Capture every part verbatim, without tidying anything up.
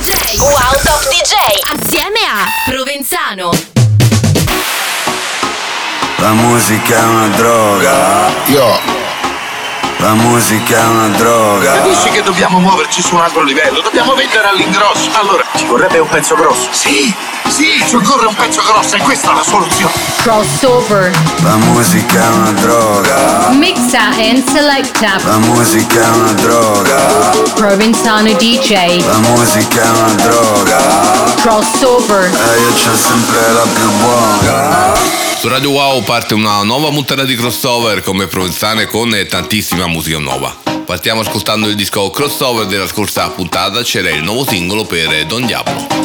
D J. Wow Top D J. Assieme a Provenzano. La musica è una droga. Yo. La musica è una droga. Capisci che dobbiamo muoverci su un altro livello? Dobbiamo vendere all'ingrosso. Allora, ci vorrebbe un pezzo grosso. Sì, sì, ci occorre un pezzo grosso e questa è la soluzione. Crossover. La musica è una droga. Mixa and selecta. La musica è una droga. Provenzano D J. La musica è una droga. Crossover. E io c'ho sempre la più buona. Su Radio Wow parte una nuova puntata di crossover come Provenzane con tantissima musica nuova. Partiamo ascoltando il disco crossover della scorsa puntata, c'era il nuovo singolo per Don Diablo.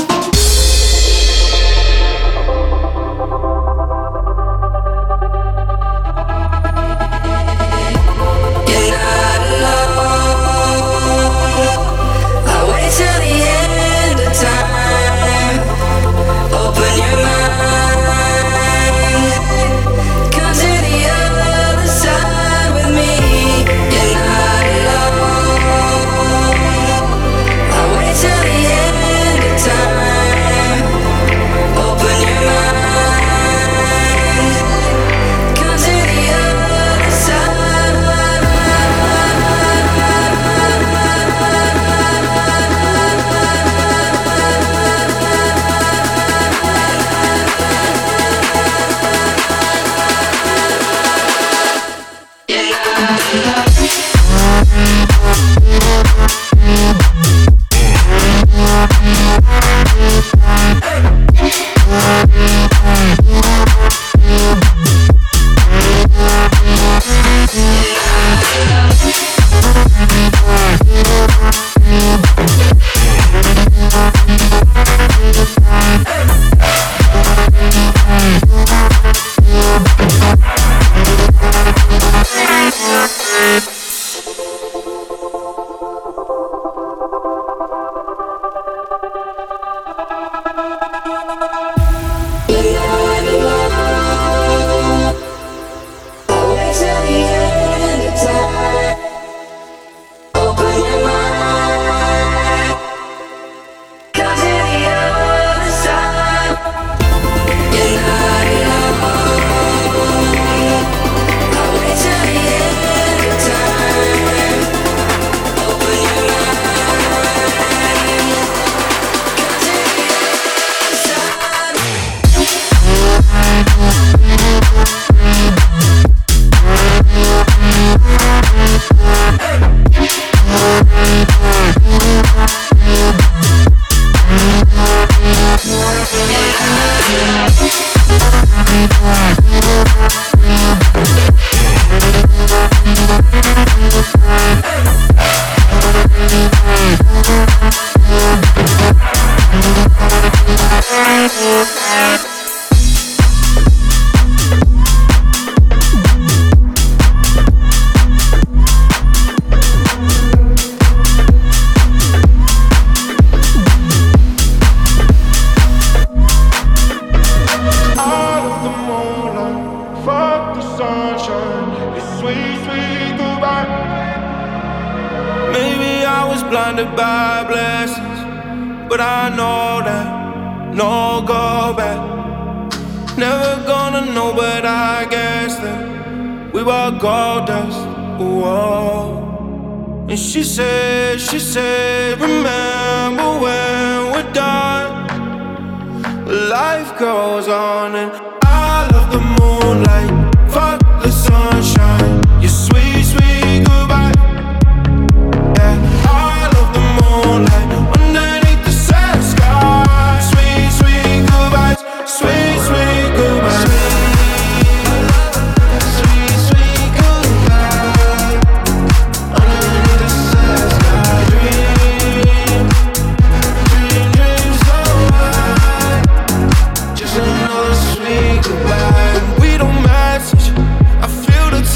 She said, she said, remember when we're done. Life goes on and I love the moonlight. Fuck the sunshine. Your sweet, sweet goodbye. Yeah, I love the moonlight underneath the sad sky. Sweet, sweet goodbyes. Sweet, sweet goodbyes. Sweet, sweet goodbye. Underneath the sad sky. Dream, dream, dream so high. Just another sweet goodbye. We don't message. I feel the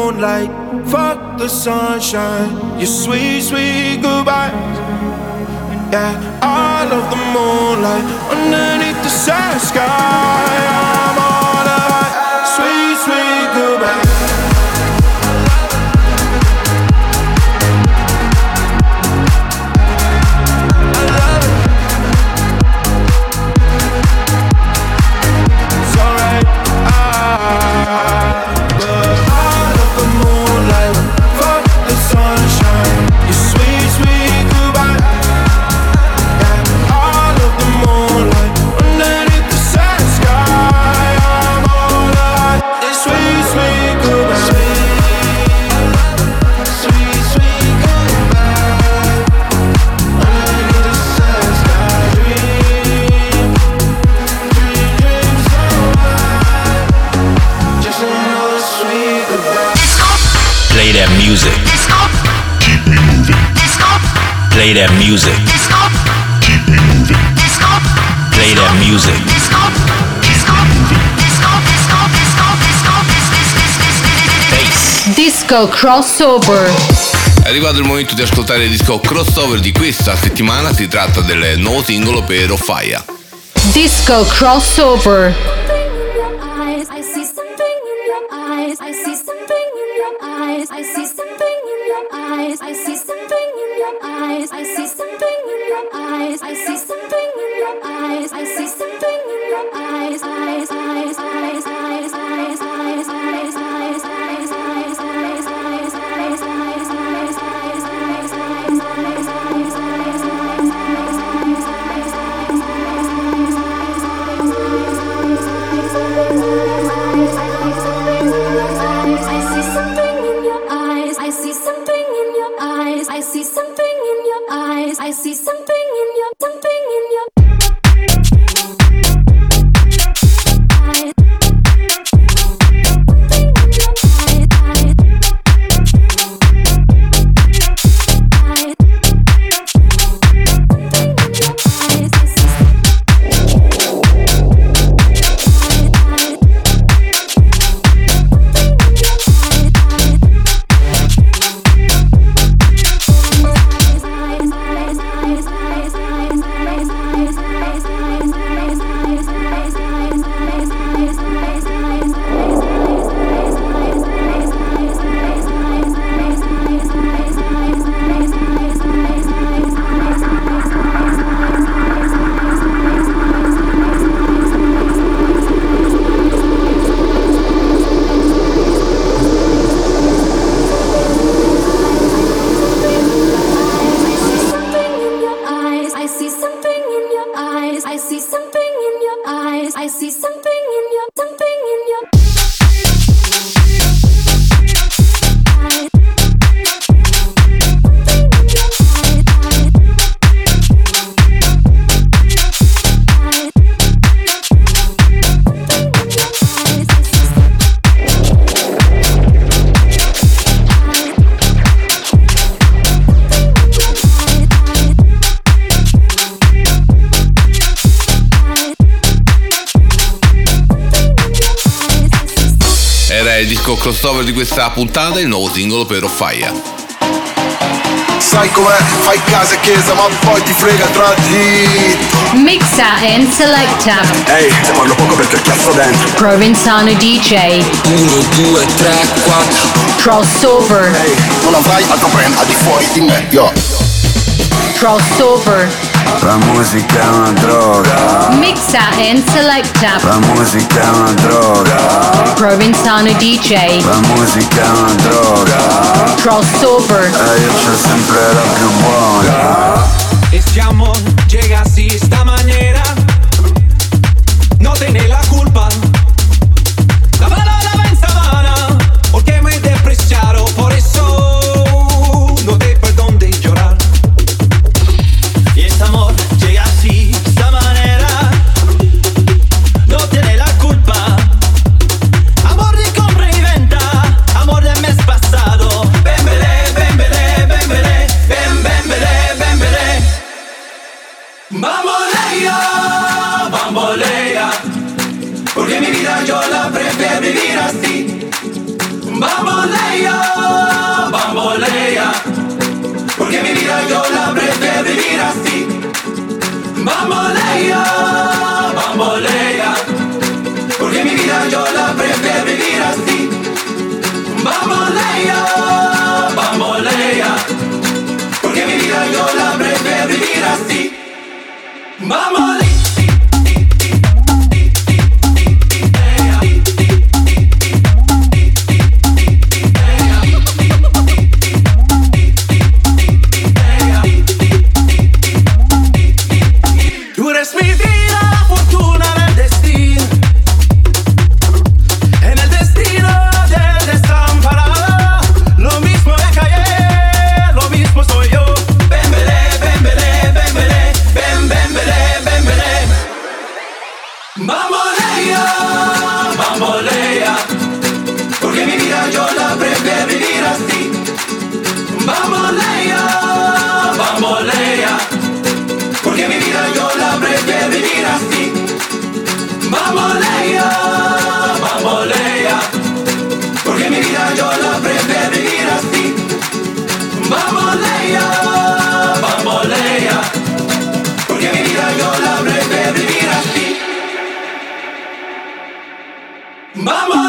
moonlight, fuck the sunshine, your sweet, sweet goodbyes. Yeah, I love the moonlight underneath the sad sky. I'm all about sweet, sweet goodbye. Play that music. Keep me moving. Play that music. Keep me moving. Play that music. Disco crossover. È arrivato il momento di ascoltare il disco crossover di questa settimana, si tratta del nuovo singolo per Offaia. Disco crossover. I see something in your eyes. I see something in your eyes. I see something in your eyes. I see something in your eyes. I see something in your eyes. I see something in your eyes. I see something in your eyes. Eyes, eyes, eyes, eyes, eyes, eyes, eyes, eyes, eyes, eyes, eyes, eyes, eyes, eyes, eyes, eyes, I see something in your, something in your eyes. Il disco crossover di questa puntata, il nuovo singolo per Offaia. Sai com'è, fai casa e chiesa ma poi ti frega tra di. Mixa and selecta. Ehi, hey, te parlo poco perché cazzo dentro. Provenzano D J. uno, due, tre, quattro. Crossover. Ehi, hey, non avrai altro brand al di fuori di me, yo. Crossover. La musica è una droga. Mixa and selecta. La musica è una droga. Provenzano D J. La musica è una droga. Crossover. E io c'ho sempre la più buona. Este amor llega así, esta manera. No tenés la culpa. La bala la va en sabana. Porque me he despreciado, por eso no te perdón de llorar. Y este amor llega así, esta manera. No tiene la culpa. Amor de compra y venta, amor del mes pasado. Bembele, bembele, bembele, bem, bembele, bembele. Bambolea, bambolea, porque mi vida yo la prefiero vivir así. Bambolea.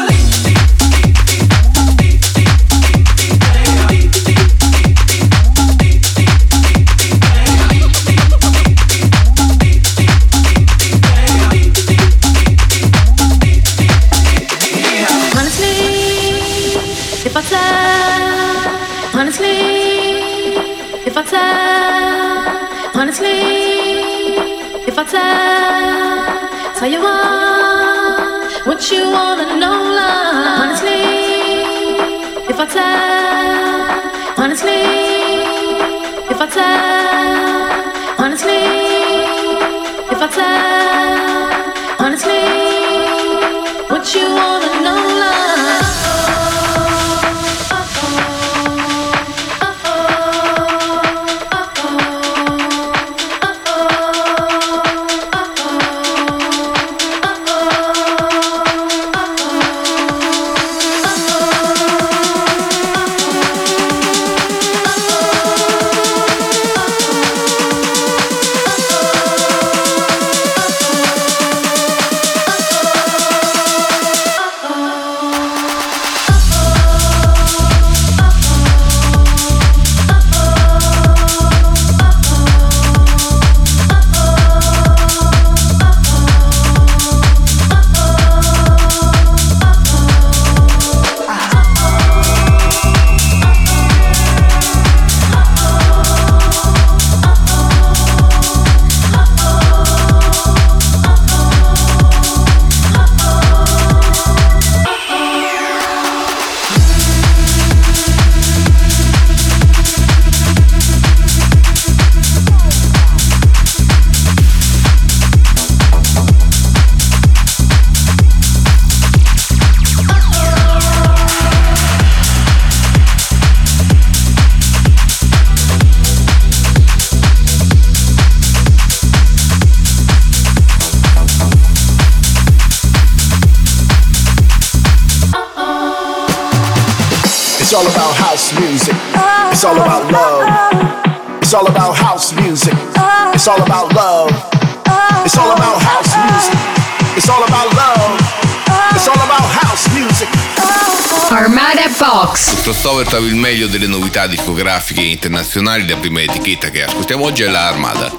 Honestly, if I tell, tell you what, what you wanna know, love. Honestly, if I tell, honestly, if I tell, honestly, if I tell, honestly, what you wanna know, love. It's all about house music. It's all about love. It's all about house music. It's all about love. It's all about house music. It's all about love. It's all about house music. Armada Box. Il crossover trova il meglio delle novità discografiche internazionali. La prima etichetta che ascoltiamo oggi è la Armada.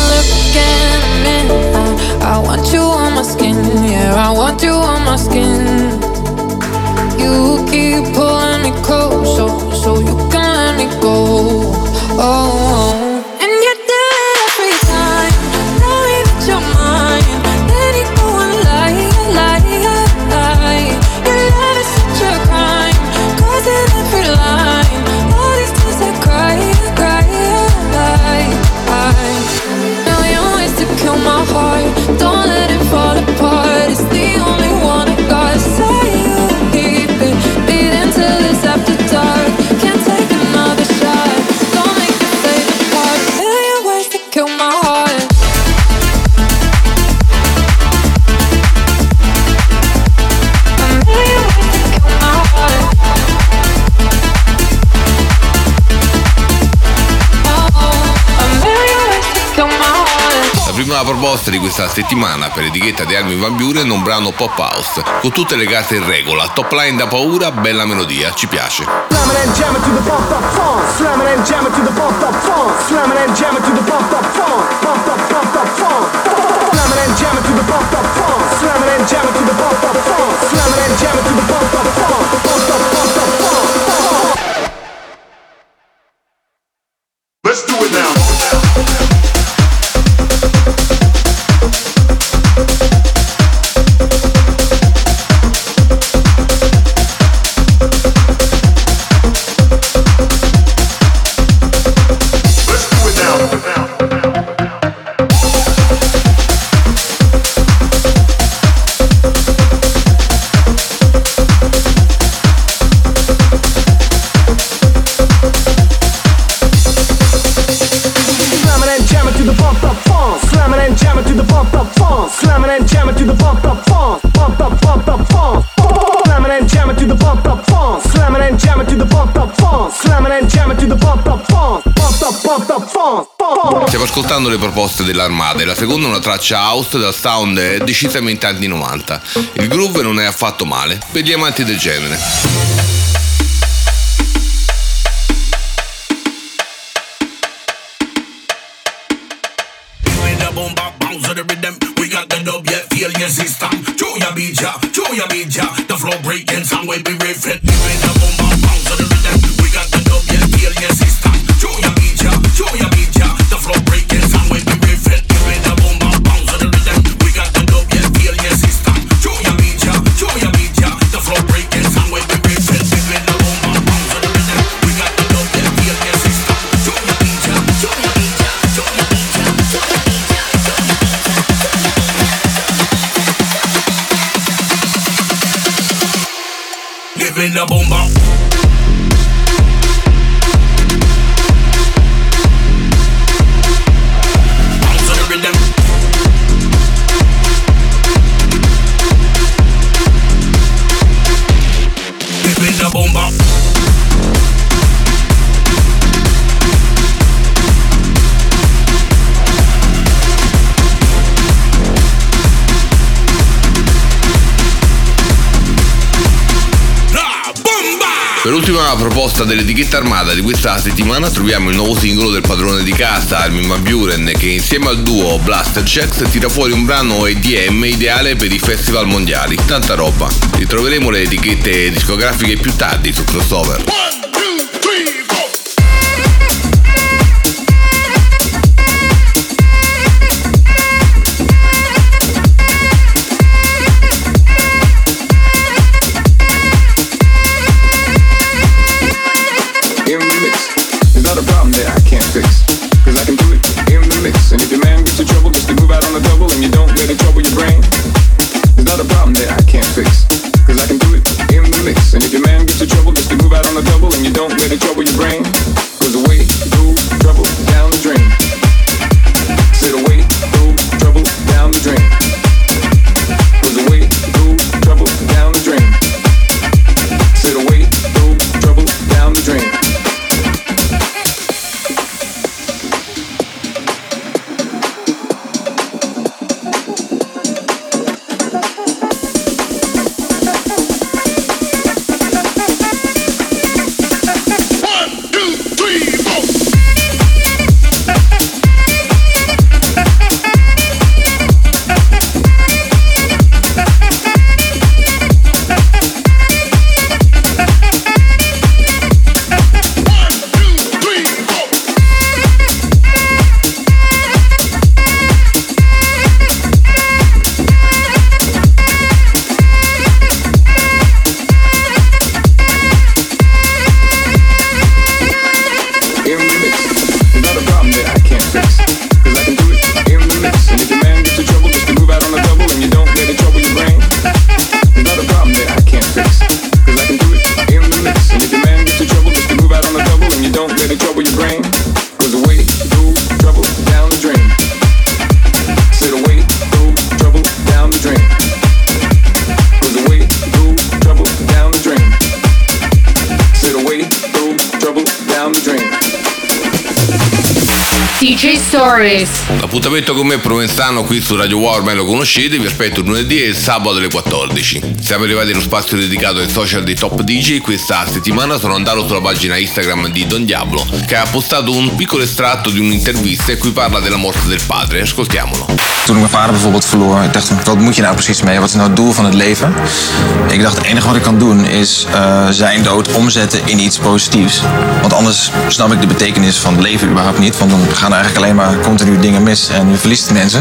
I want you on my skin, yeah, I want you on my skin. You keep pulling me close, so, so you can let me go. Oh, and you do it every time. Tell me that you're mine. Let it go and lie, lie, lie. Your love is such a crime, 'cause in every line, all these tears I cry, cry, lie. I million ways to kill my heart. Don't let it fall apart. It's the only one I got. Say you keep it, beating till it's after dark. Can't take another shot. Don't make it play the part. Million ways to kill my heart. A million ways to kill my heart. Oh, a million ways to kill my heart. La prima proposta di questa settimana per etichetta di Armin van Buuren è un brano pop house con tutte le carte in regola, top line da paura, bella melodia, ci piace. Slam it and jam it to the bump up funk. Slam it and jam it to the bump up funk. Slam it and jam it to the bump up funk. Bump up, bump up funk. Slam it and jam it to the bump up funk. Slam it and jam it to the bump up funk. Slam it and jam it to the bump up funk. Bump up, bump up funk. Let's do it now. Slam it and jam it to the bump up funk. Slam it and jam it to the bump up funk. Slam it and jam it to the bump up Stiamo ascoltando le proposte dell'Armada e la seconda è una traccia house dal sound decisamente anni novanta. Il groove non è affatto male per gli amanti del genere. Living the boom bap. Bounce to the rhythm. Living the boom bap. Per l'ultima proposta dell'etichetta Armada di questa settimana troviamo il nuovo singolo del padrone di casa, Armin van Buuren, che insieme al duo Blaster Jacks tira fuori un brano E D M ideale per i festival mondiali. Tanta roba. Ritroveremo le etichette discografiche più tardi su Crossover. D J Stories. L'appuntamento con me Provenzano qui su Radio Wow, ormai lo conoscete, vi aspetto il lunedì e il sabato alle quattordici. Siamo arrivati allo spazio dedicato ai social dei top D J. Questa settimana sono andato sulla pagina Instagram di Don Diablo, che ha postato un piccolo estratto di un'intervista in cui parla della morte del padre. Ascoltiamolo. Toen ik mijn vader bijvoorbeeld verloor, ik dacht, wat moet je nou precies mee? Wat is nou het doel van het leven? Ik dacht, het enige wat ik kan doen is uh, zijn dood omzetten in iets positiefs. Want anders snap ik de betekenis van het leven überhaupt niet. Want dan gaan er eigenlijk alleen maar continu dingen mis en je verliest mensen.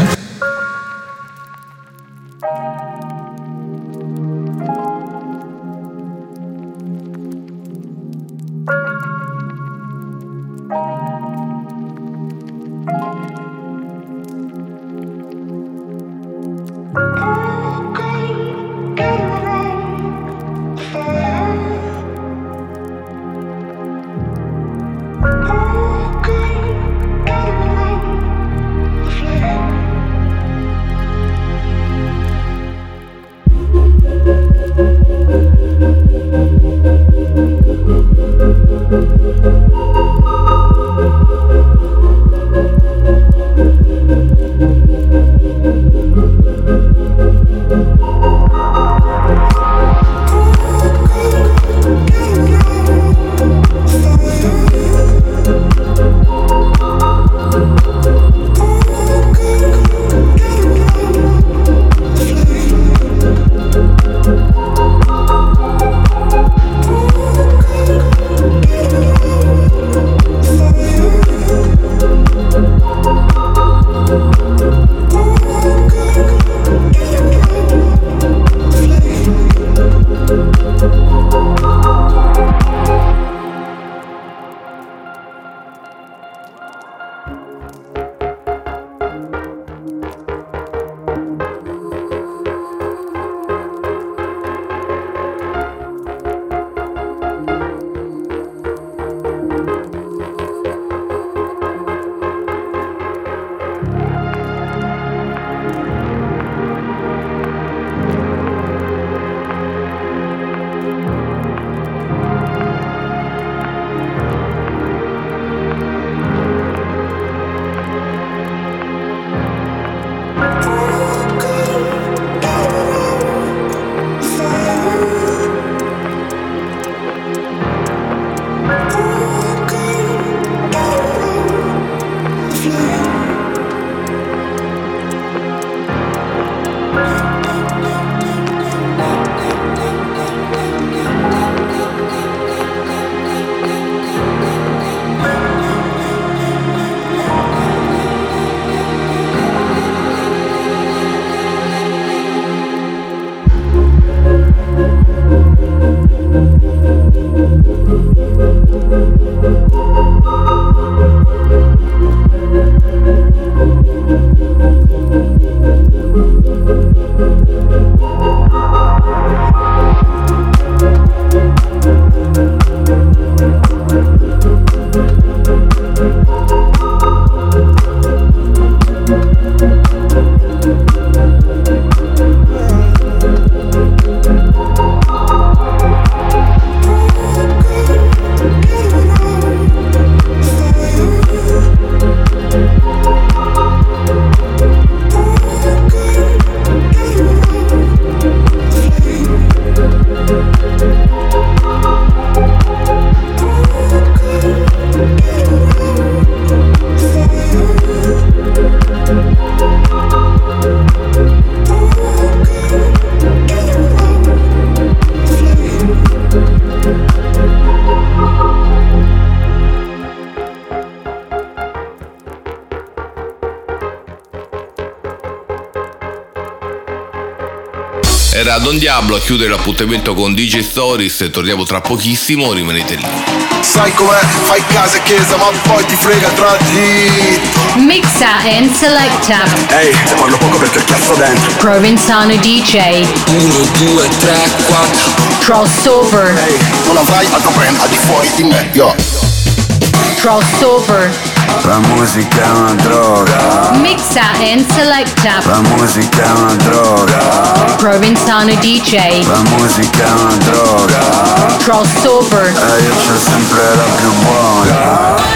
Era Don Diablo a chiudere l'appuntamento con D J Stories e torniamo tra pochissimo, rimanete lì. Sai com'è, fai casa e chiesa ma poi ti frega tra di. Mixa and selecta. Ehi, te parlo poco perché il cazzo dentro. Provenzano D J. Uno, due, tre, quattro. Crossover. Ehi, non avrai altro brand al di fuori di me, yo. Crossover. La musica è una droga. Mixa and selecta. La musica è una droga. Provenzano D J. La musica è una droga. Crossover. E io c'ho sempre la più buona.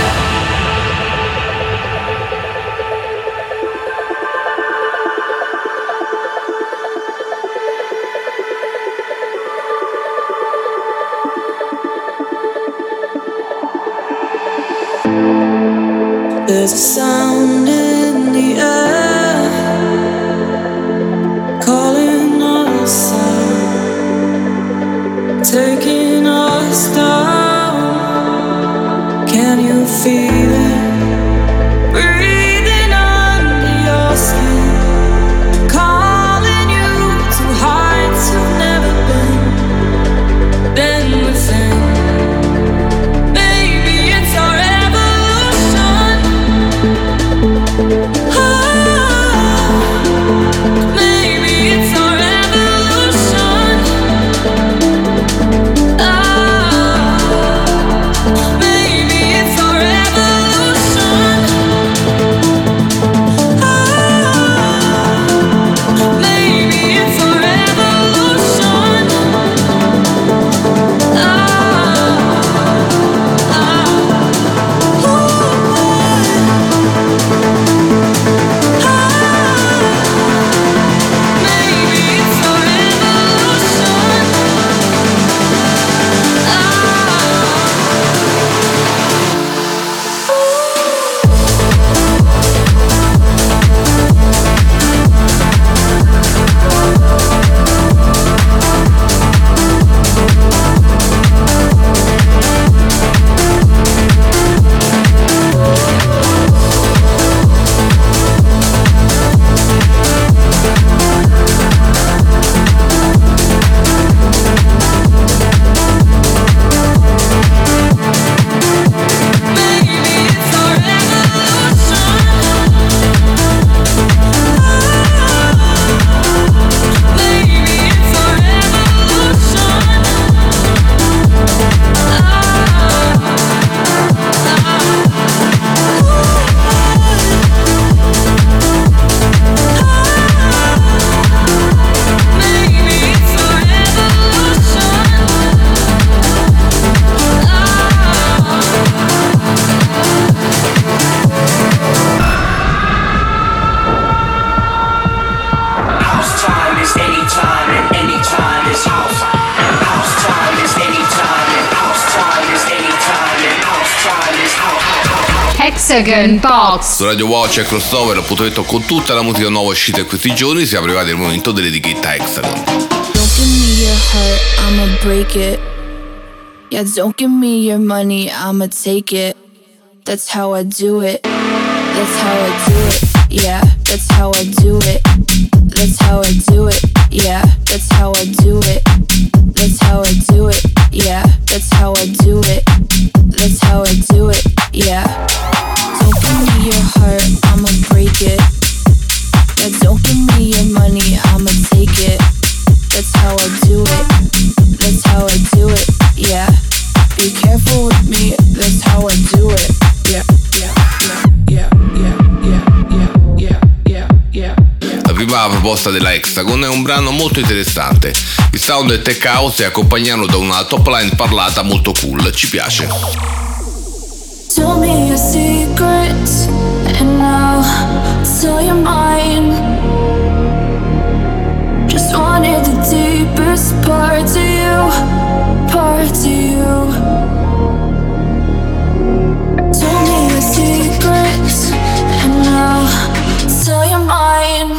There's a sound in the air calling us out, taking us down. Can you feel it? Breathing under your skin, calling you to heights you've never been, been within. Maybe it's our evolution. Maybe it's our evolution. Maybe it's our evolution. Maybe it's our evolution. Hexagon Box. Su Radio Wow c'è Crossover, appuntamento con tutta la musica nuova uscita in questi giorni. Siamo arrivati al momento dell'etichetta Hexagon. Don't give me your heart, I'ma break it. Yeah, don't give me your money, I'ma take it. That's how I do it. That's how I do it. Yeah, that's how I do it. That's how I do it. Yeah, that's how I do it. That's how I do it. Yeah, that's how I do it. That's how I do it. Yeah. Don't give me your heart, I'ma break it. Yeah, don't give me your money, I'ma take it. That's how I do it. That's how I do it. Yeah. Be careful with me, that's how I do it. Yeah, yeah, yeah, yeah, yeah, yeah, yeah, yeah, yeah, yeah. La prima proposta della Hexagon è un brano molto interessante. Il sound è tech house e accompagnato da una top line parlata molto cool. Ci piace. Tell me your secrets, and I'll tell you mine. Just wanted the deepest part of you, part of you. Tell me your secrets, and I'll tell you mine.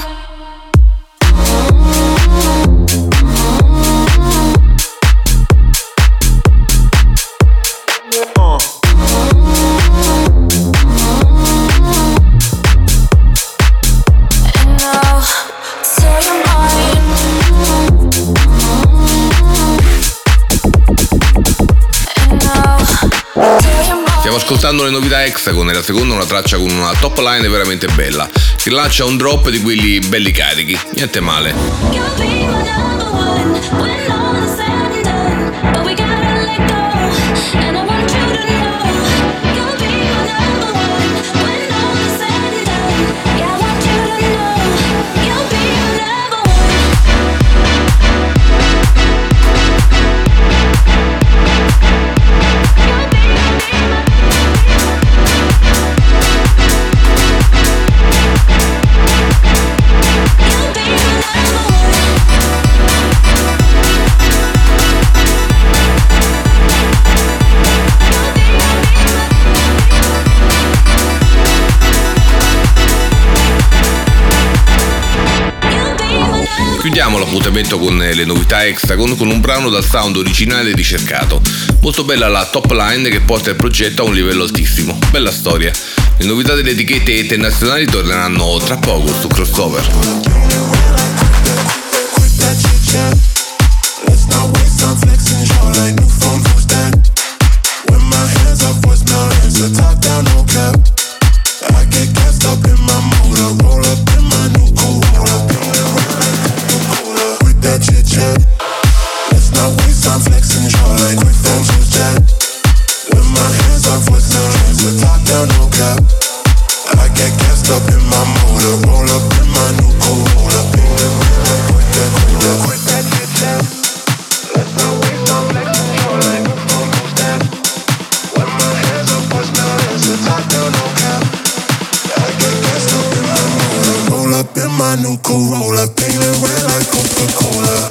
And I'll tell you mine. Stiamo ascoltando le novità Hexagon e la seconda una traccia con una top line veramente bella, che lancia un drop di quelli belli carichi, niente male. Chiudiamo l'appuntamento con le novità Hexagon con un brano dal sound originale e ricercato. Molto bella la top line che porta il progetto a un livello altissimo. Bella storia. Le novità delle etichette internazionali torneranno tra poco su Crossover. My new Corolla, painted red like Coca-Cola.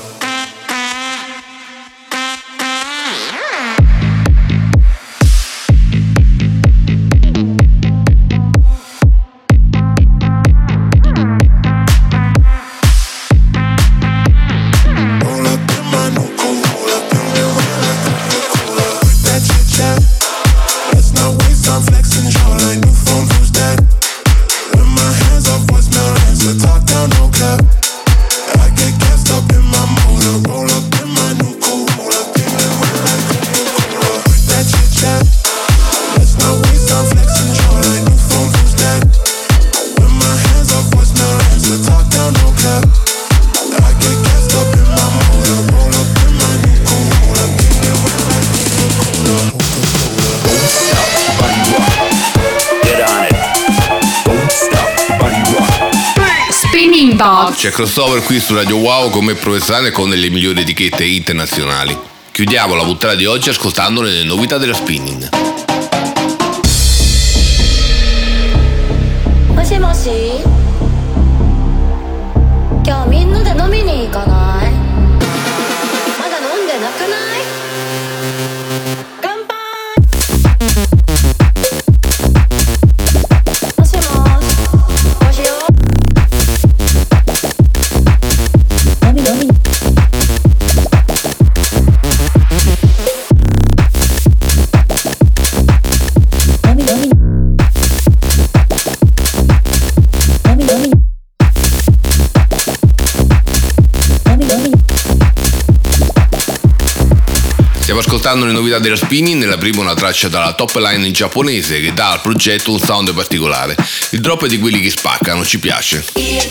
C'è Crossover qui su Radio Wow con me Provenzano e con le migliori etichette internazionali. Chiudiamo la puntata di oggi ascoltando le novità della Spinnin'. Moshi moshi. 今日みんなで飲みに行かない？まだ飲んでなくない？乾杯。もしもし。どうしよう。飲み飲み。飲み飲み。飲み飲み。 Stiamo ascoltando le novità della Spinnin', nella prima una traccia dalla top line in giapponese che dà al progetto un sound particolare. Il drop è di quelli che spaccano, ci piace.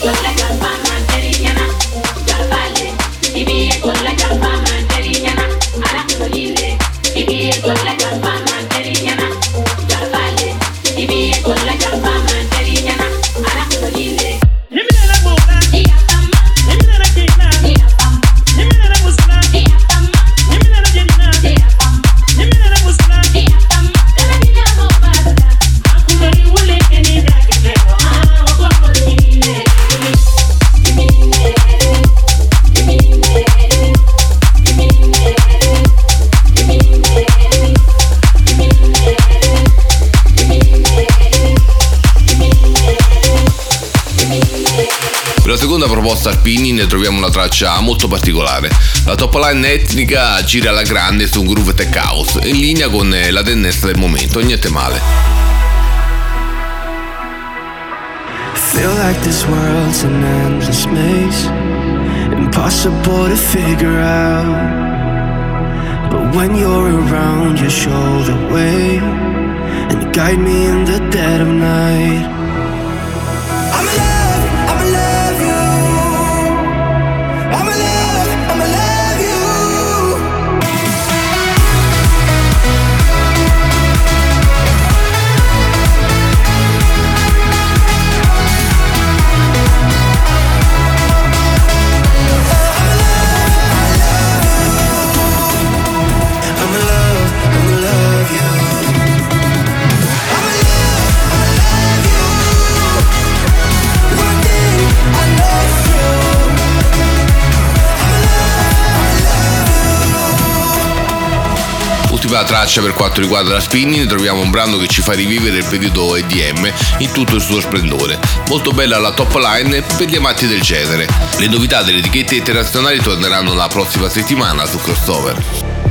Per la seconda proposta Spinnin' ne troviamo una traccia molto particolare. La top line etnica gira alla grande su un groove tech house, in linea con la dance del momento, niente male. Feel like this world's an endless maze, impossible to figure out. But when you're around, you show the way, guide me in the dead of night. I'ma love, I'ma love you. I'ma love, I'ma love you. I'ma love, I'ma love you. Ultima traccia per quanto riguarda la spinning, troviamo un brano che ci fa rivivere il periodo E D M in tutto il suo splendore. Molto bella la top line per gli amanti del genere. Le novità delle etichette internazionali torneranno la prossima settimana su Crossover.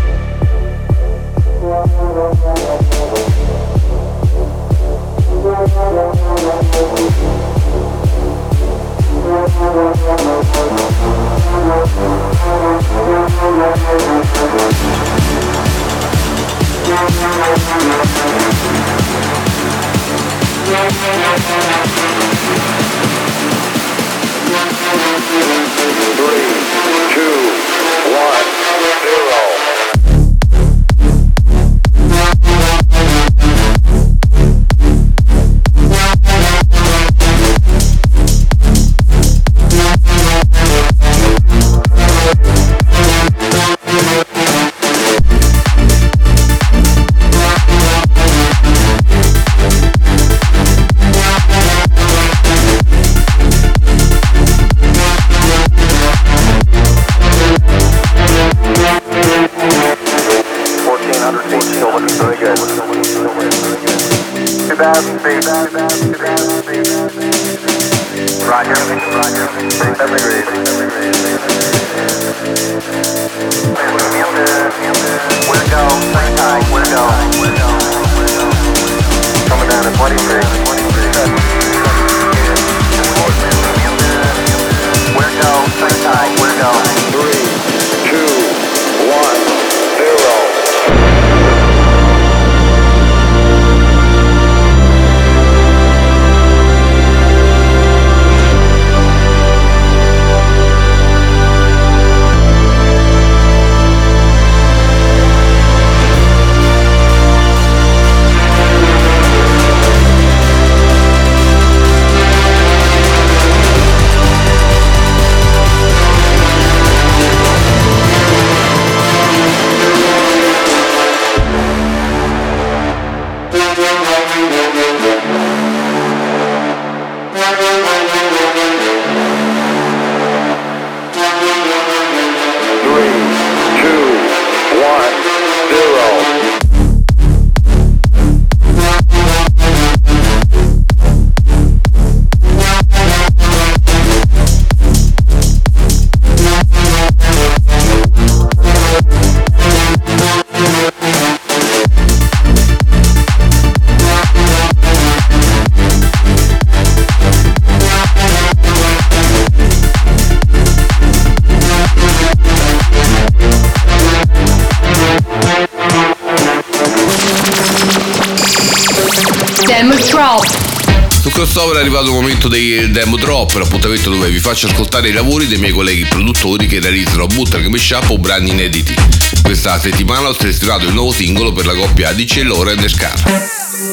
Su Crossover è arrivato il momento dei Demo Drop, l'appuntamento dove vi faccio ascoltare i lavori dei miei colleghi produttori che realizzano bootleg, mashup o brani inediti. Questa settimana ho selezionato il nuovo singolo per la coppia D J Lauren e Scar.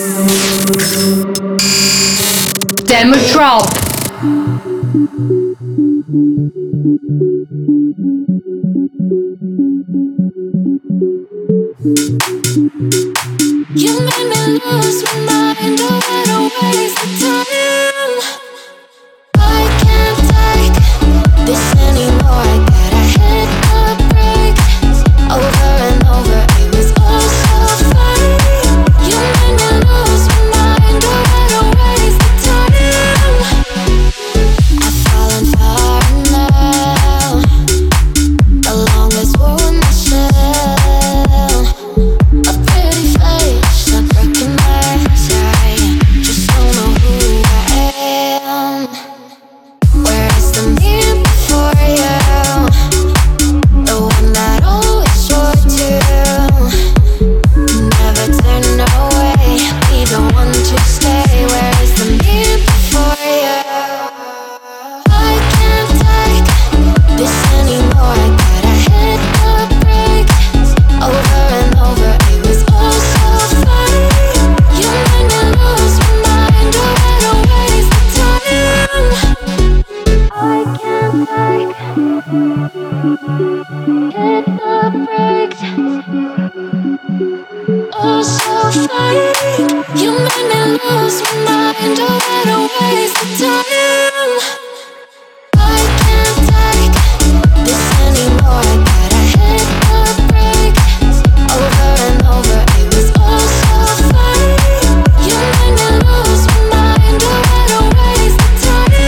Demo Drop. You made me lose my mind, oh, I don't waste the time. I can't take this anymore, I gotta hit a break. Over and over, it was all so fun. You made me lose my mind, oh, I don't waste the time. I've fallen far now, the longest war in my shell. A pretty face I recognize, I just don't know who I am. fine. You made me lose my mind. Oh, I don't waste the time. I can't take this anymore. I gotta hit the brakes. Over and over, it was all so fine. You made me lose my mind. Oh, I don't waste the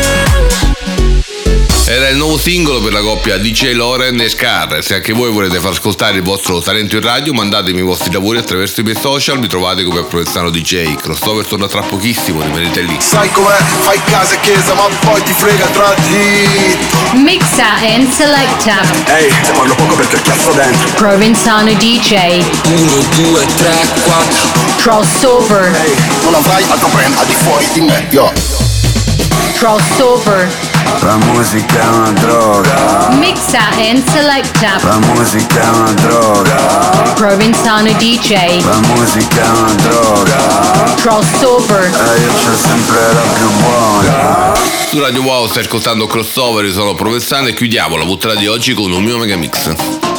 time. Era il nuovo singolo per la coppia D J Loren e Scar. Se anche voi volete far ascoltare il vostro talento in radio, mandatemi i vostri lavori attraverso i miei social, mi trovate come Provenzano D J. Crossover torna tra pochissimo, rimanete lì. Sai com'è, fai casa e chiesa ma poi ti frega tra di. Mixa and selecta. Ehi, hey, se parlo poco perché cazzo dentro. Provenzano D J. uno, due, tre, quattro. Crossover. Ehi, hey, non avrai altro brand al di fuori di me, yo. Crossover. La musica è una droga. Mixa and selecta. La musica è una droga. Provenzano D J. La musica è una droga. Crossover. E io c'ho sempre la più buona. Su Radio Wow stai ascoltando Crossover, io sono Provenzano e chiudiamo la puntata di oggi con un mio megamix.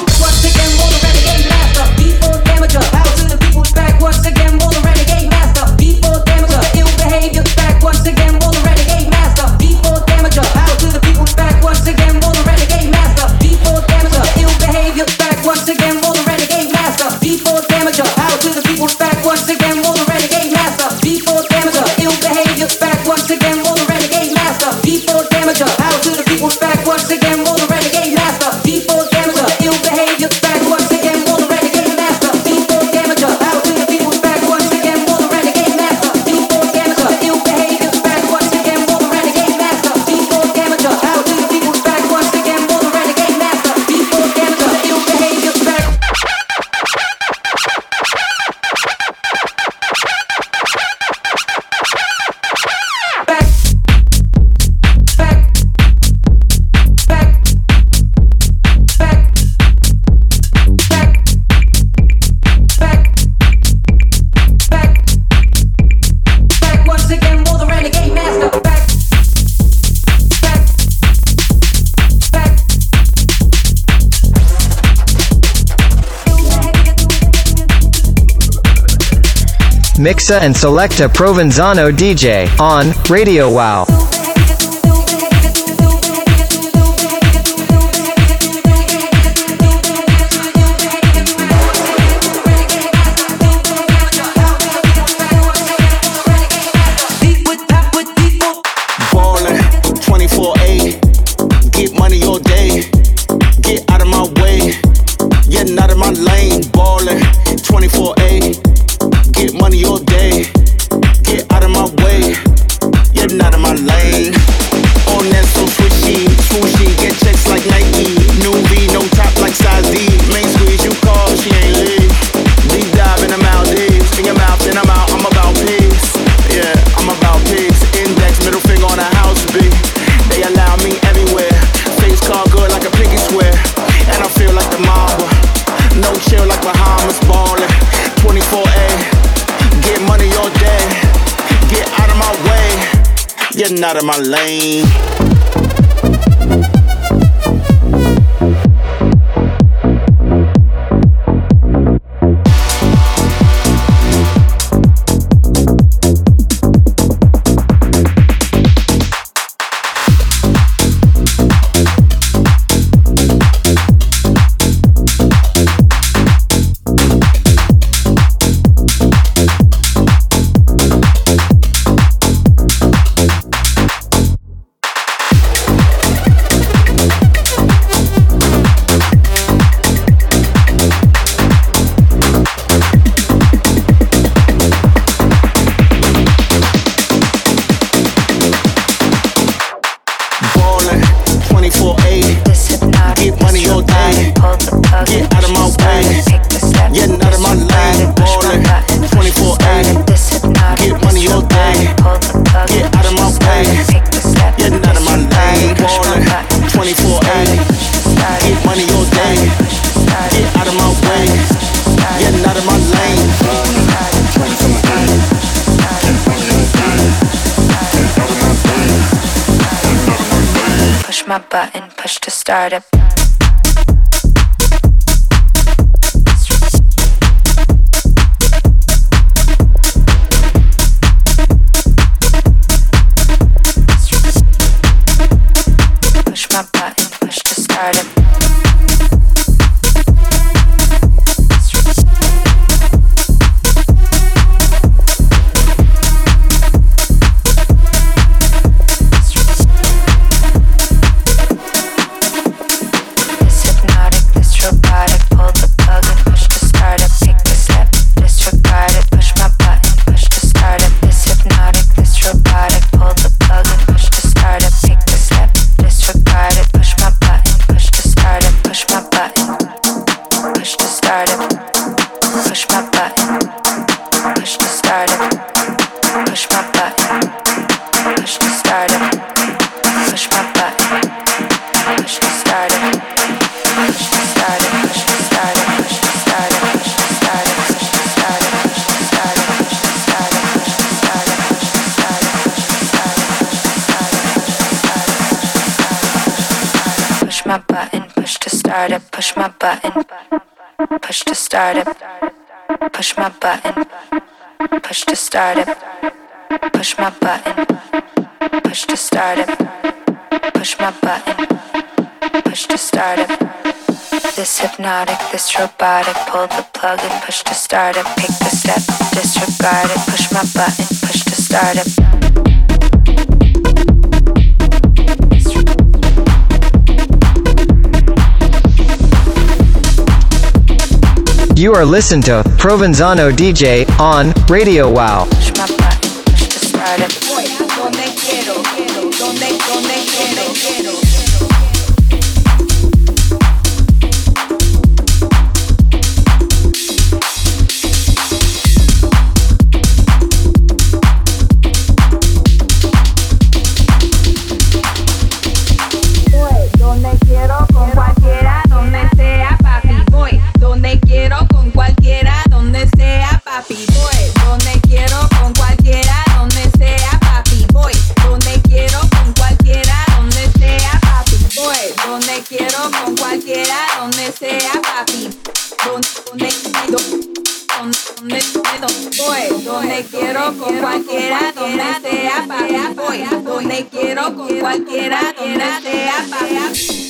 Mixa and selecta Provenzano D J on Radio Wow. Out of my lane. My button, push to start it. start it, push my button. Push to start it. Push my button. Push to start it. Push my button. Push to start it. Push my button. Push to start it. This hypnotic, this robotic. Pull the plug and push to start it. Pick the step, disregard it. Push my button. Push to start it. You are listening to Provenzano D J on Radio Wow. Push my button, push to start it. Voy a donde quiero, quiero, donde, donde quiero, quiero. Donde quiero con cualquiera, donde sea, papi, voy. Donde quiero con cualquiera, donde sea, papi, voy. Donde quiero con cualquiera, donde sea, papi, voy. Donde quiero con cualquiera, donde sea, papi, voy. Donde quiero con cualquiera, donde sea, papi. Donde, donde, donde, voy. Donde quiero con cualquiera, donde sea, papi, voy. Donde quiero con cualquiera, donde sea, papi.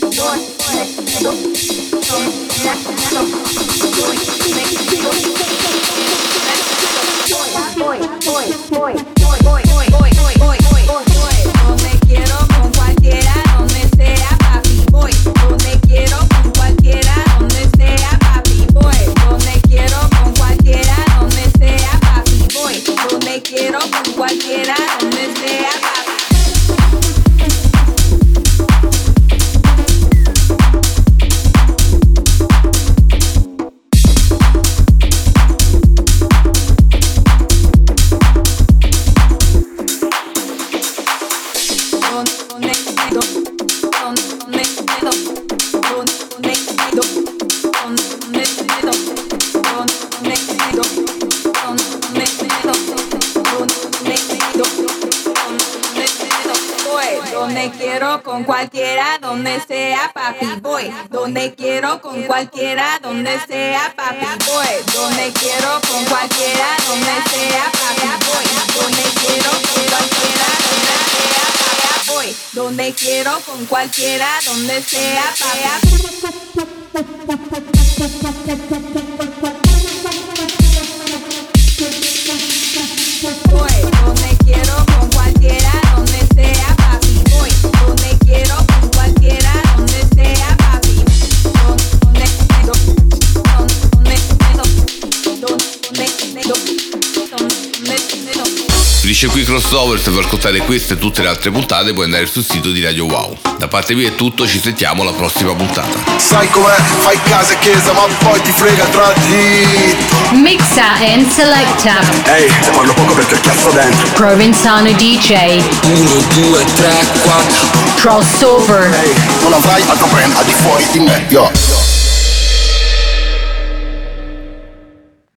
Voy, voy, voy, voy, voy, voy, voy, voy, voy, voy. Donde quiero con cualquiera, donde sea, papi, voy. Donde quiero con cualquiera, donde sea, papi, voy. Donde quiero con cualquiera, donde sea, papi, voy. Donde quiero con cualquiera, donde sea, papi. Donde quiero con cualquiera, donde sea, papi, voy. Donde quiero con cualquiera, donde sea, papi, voy. Donde quiero con cualquiera, donde sea, papi, voy. Donde quiero con cualquiera, donde sea, papi, voy. Donde quiero con cualquiera, donde sea, papi. Voy, donde quiero con cualquiera, donde sea, papi, voy. Donde quiero con cualquiera, donde sea, papi. Donde, donde, donde, donde, Finisce qui Crossovers. Per ascoltare queste e tutte le altre puntate puoi andare sul sito di Radio Wow. Da parte mia è tutto, ci sentiamo alla prossima puntata. Sai com'è? Fai casa e chiesa ma poi ti frega tra di. Mixa and selecta. Ehi, hey, te parlo poco perché cazzo dentro. Provenzano D J. Uno, due, tre, quattro. Crossover. Ehi, hey, non avrai altro brand al di fuori di me, yo.